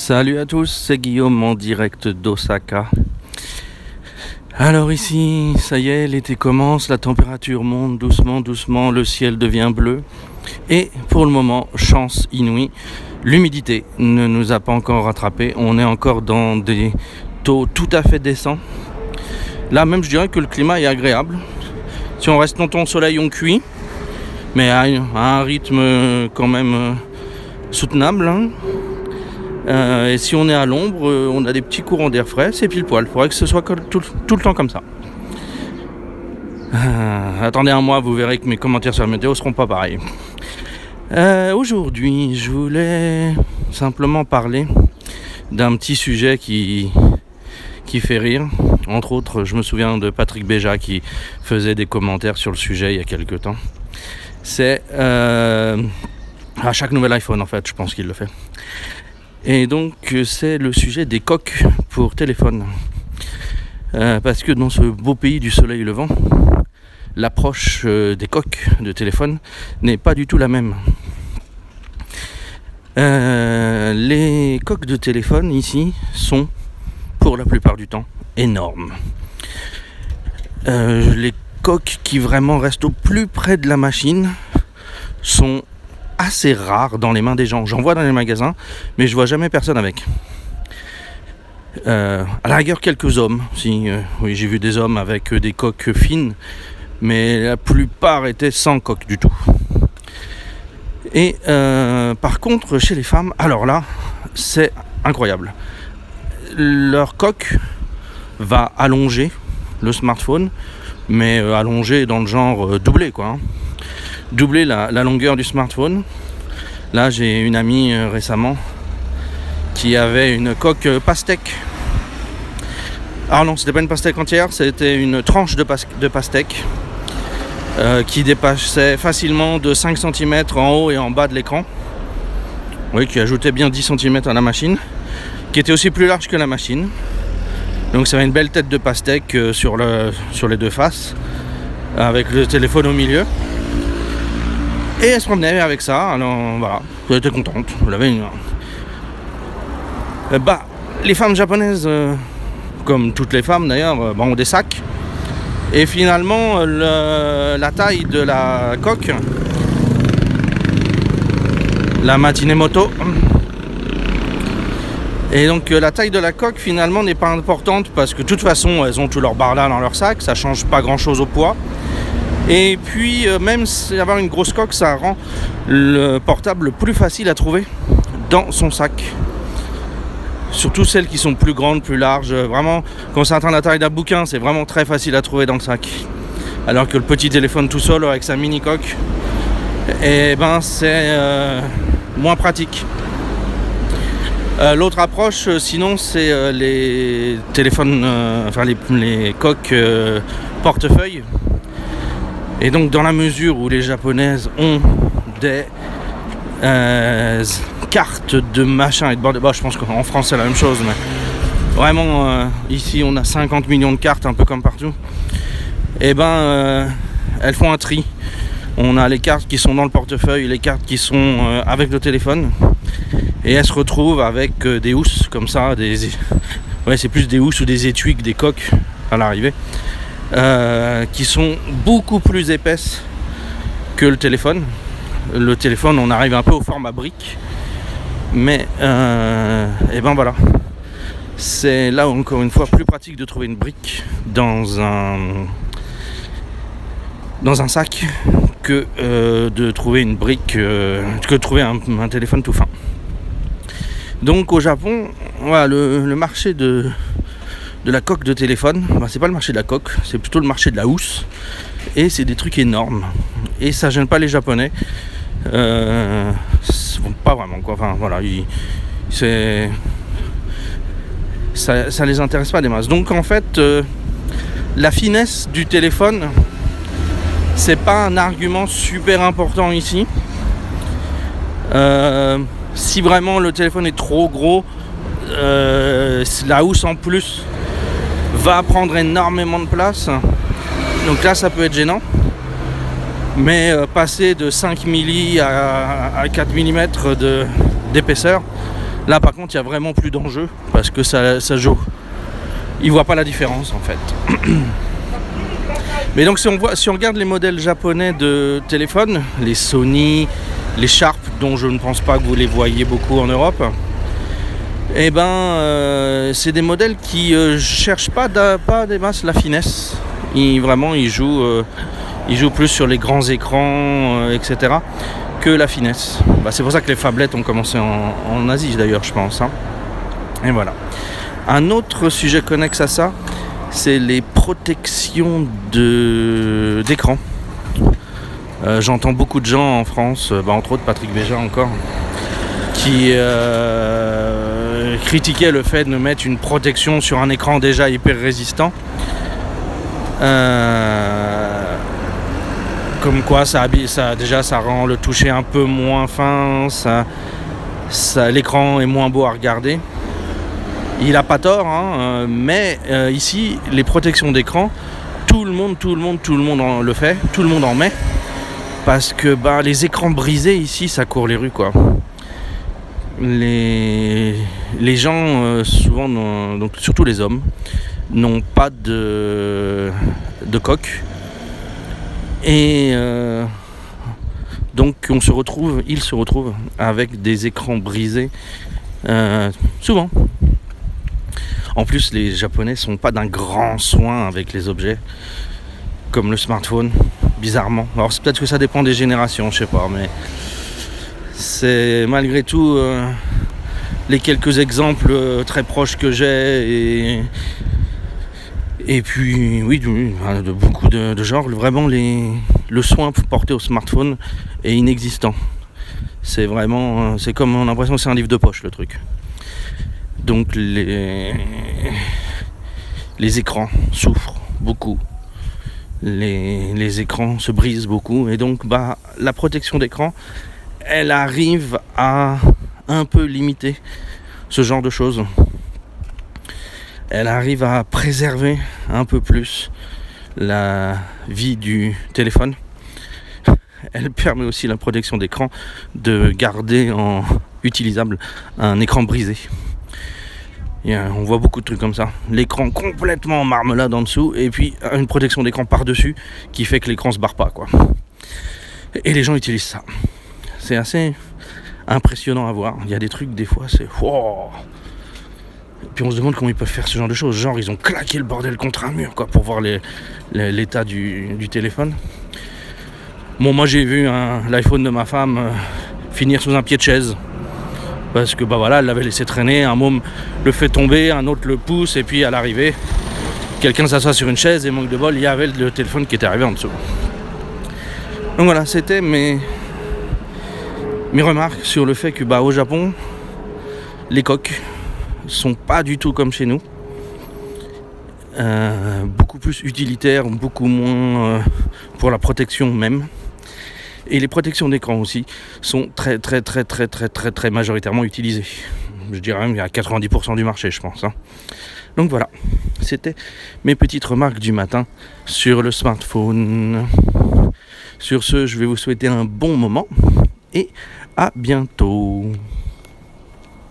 Salut à tous, c'est Guillaume en direct d'Osaka. Alors ici, ça y est, l'été commence, la température monte doucement, le ciel devient bleu. Et pour le moment, chance inouïe, l'humidité ne nous a pas encore rattrapés. On est encore dans des taux tout à fait décents. Là même, je dirais que le climat est agréable. Si on reste longtemps au soleil, on cuit. Mais à un rythme quand même soutenable. Et si on est à l'ombre, on a des petits courants d'air frais, c'est pile poil. Il faudrait que ce soit tout le temps comme ça. Attendez un mois, vous verrez que mes commentaires sur la météo seront pas pareils. Aujourd'hui, je voulais simplement parler d'un petit sujet qui fait rire. Entre autres, je me souviens de Patrick Béja qui faisait des commentaires sur le sujet il y a quelques temps. C'est à chaque nouvel iPhone, en fait, je pense qu'il le fait. Et donc c'est le sujet des coques pour téléphone. Parce que dans ce beau pays du soleil levant, l'approche des coques de téléphone n'est pas du tout la même. Les coques de téléphone ici sont, pour la plupart du temps, énormes. Les coques qui vraiment restent au plus près de la machine sont assez rare dans les mains des gens. J'en vois dans les magasins, mais je vois jamais personne avec. À la rigueur, quelques hommes. Oui, j'ai vu des hommes avec des coques fines, mais la plupart étaient sans coque du tout. Et par contre, chez les femmes, alors là, c'est incroyable. Leur coque va allonger le smartphone, mais allonger dans le genre doublé, quoi. Doubler la longueur du smartphone. Là, j'ai une amie récemment qui avait une coque pastèque. Alors non, c'était pas une pastèque entière, c'était une tranche de pastèque qui dépassait facilement de 5 cm en haut et en bas de l'écran. Oui, qui ajoutait bien 10 cm à la machine, qui était aussi plus large que la machine. Donc ça avait une belle tête de pastèque sur les deux faces, avec le téléphone au milieu. Et elle se promenait avec ça, alors voilà, elle était contente, elle avait une... les femmes japonaises, comme toutes les femmes d'ailleurs, ont des sacs. Et finalement, la taille de la coque, la Matinemoto, et donc la taille de la coque finalement n'est pas importante parce que de toute façon elles ont tout leur barda dans leur sac, ça change pas grand chose au poids. Et puis même si avoir une grosse coque, ça rend le portable plus facile à trouver dans son sac. Surtout celles qui sont plus grandes, plus larges. Vraiment, quand ça atteint la taille d'un bouquin, c'est vraiment très facile à trouver dans le sac. Alors que le petit téléphone tout seul avec sa mini coque, c'est moins pratique. L'autre approche, sinon, c'est les téléphones, les coques portefeuille. Et donc dans la mesure où les japonaises ont des cartes de machin et de bord, je pense qu'en France c'est la même chose, mais vraiment ici on a 50 millions de cartes un peu comme partout. Et elles font un tri. On a les cartes qui sont dans le portefeuille, les cartes qui sont avec le téléphone, et elles se retrouvent avec des housses comme ça, c'est plus des housses ou des étuis que des coques à l'arrivée. Qui sont beaucoup plus épaisses que le téléphone. Le téléphone, on arrive un peu au format brique, mais voilà, c'est là encore une fois plus pratique de trouver une brique dans un sac que de trouver une brique, que de trouver un téléphone tout fin. Donc au Japon, voilà, le marché de la coque de téléphone, c'est pas le marché de la coque, c'est plutôt le marché de la housse, et c'est des trucs énormes, et ça gêne pas les Japonais, pas vraiment quoi, enfin voilà, ça les intéresse pas des masses. Donc en fait, la finesse du téléphone, c'est pas un argument super important ici. Si vraiment le téléphone est trop gros, la housse en plus va prendre énormément de place, donc là ça peut être gênant. Mais passer de 5 mm à 4 mm d'épaisseur, Là par contre il y a vraiment plus d'enjeu parce que ça joue. Ils voient pas la différence en fait. Mais donc si on regarde les modèles japonais de téléphone, les Sony, les Sharp, dont je ne pense pas que vous les voyez beaucoup en Europe, eh ben c'est des modèles qui cherchent pas des masses la finesse. Ils jouent plus sur les grands écrans, etc. que la finesse. C'est pour ça que les phablettes ont commencé en Asie d'ailleurs, je pense. Et voilà. Un autre sujet connexe à ça, c'est les protections d'écran. J'entends beaucoup de gens en France, entre autres Patrick Béja encore, qui critiquaient le fait de mettre une protection sur un écran déjà hyper résistant. Comme quoi ça rend le toucher un peu moins fin, l'écran est moins beau à regarder. Il a pas tort, mais ici les protections d'écran, tout le monde le fait, tout le monde en met, parce que les écrans brisés ici ça court les rues quoi. Les gens souvent, donc surtout les hommes, n'ont pas de coque. Et donc ils se retrouvent avec des écrans brisés souvent. En plus les Japonais sont pas d'un grand soin avec les objets comme le smartphone, bizarrement. Alors c'est peut-être que ça dépend des générations, je sais pas, mais c'est malgré tout les quelques exemples très proches que j'ai et puis oui, de beaucoup de genres, vraiment le soin porté au smartphone est inexistant. C'est vraiment, c'est comme on a l'impression que c'est un livre de poche le truc. Donc les écrans souffrent beaucoup, les écrans se brisent beaucoup, et donc la protection d'écran, elle arrive à un peu limiter ce genre de choses. Elle arrive à préserver un peu plus la vie du téléphone. Elle permet aussi la protection d'écran de garder en utilisable un écran brisé. On voit beaucoup de trucs comme ça. L'écran complètement en marmelade en dessous et puis une protection d'écran par-dessus qui fait que l'écran se barre pas quoi. Et les gens utilisent ça. C'est assez impressionnant à voir. Il y a des trucs des fois c'est wow. Puis on se demande comment ils peuvent faire ce genre de choses. Genre ils ont claqué le bordel contre un mur quoi, pour voir l'état du téléphone. Bon, moi j'ai vu l'iPhone de ma femme finir sous un pied de chaise. Parce que elle l'avait laissé traîner, un môme le fait tomber, un autre le pousse, et puis à l'arrivée, quelqu'un s'assoit sur une chaise et manque de bol, il y avait le téléphone qui était arrivé en dessous. Donc voilà, c'était mes remarques sur le fait que au Japon, les coques sont pas du tout comme chez nous. Beaucoup plus utilitaires, beaucoup moins pour la protection même. Et les protections d'écran aussi sont très très très très très très très majoritairement utilisées. Je dirais même qu'il y a 90% du marché, je pense. Donc voilà, c'était mes petites remarques du matin sur le smartphone. Sur ce, je vais vous souhaiter un bon moment et à bientôt.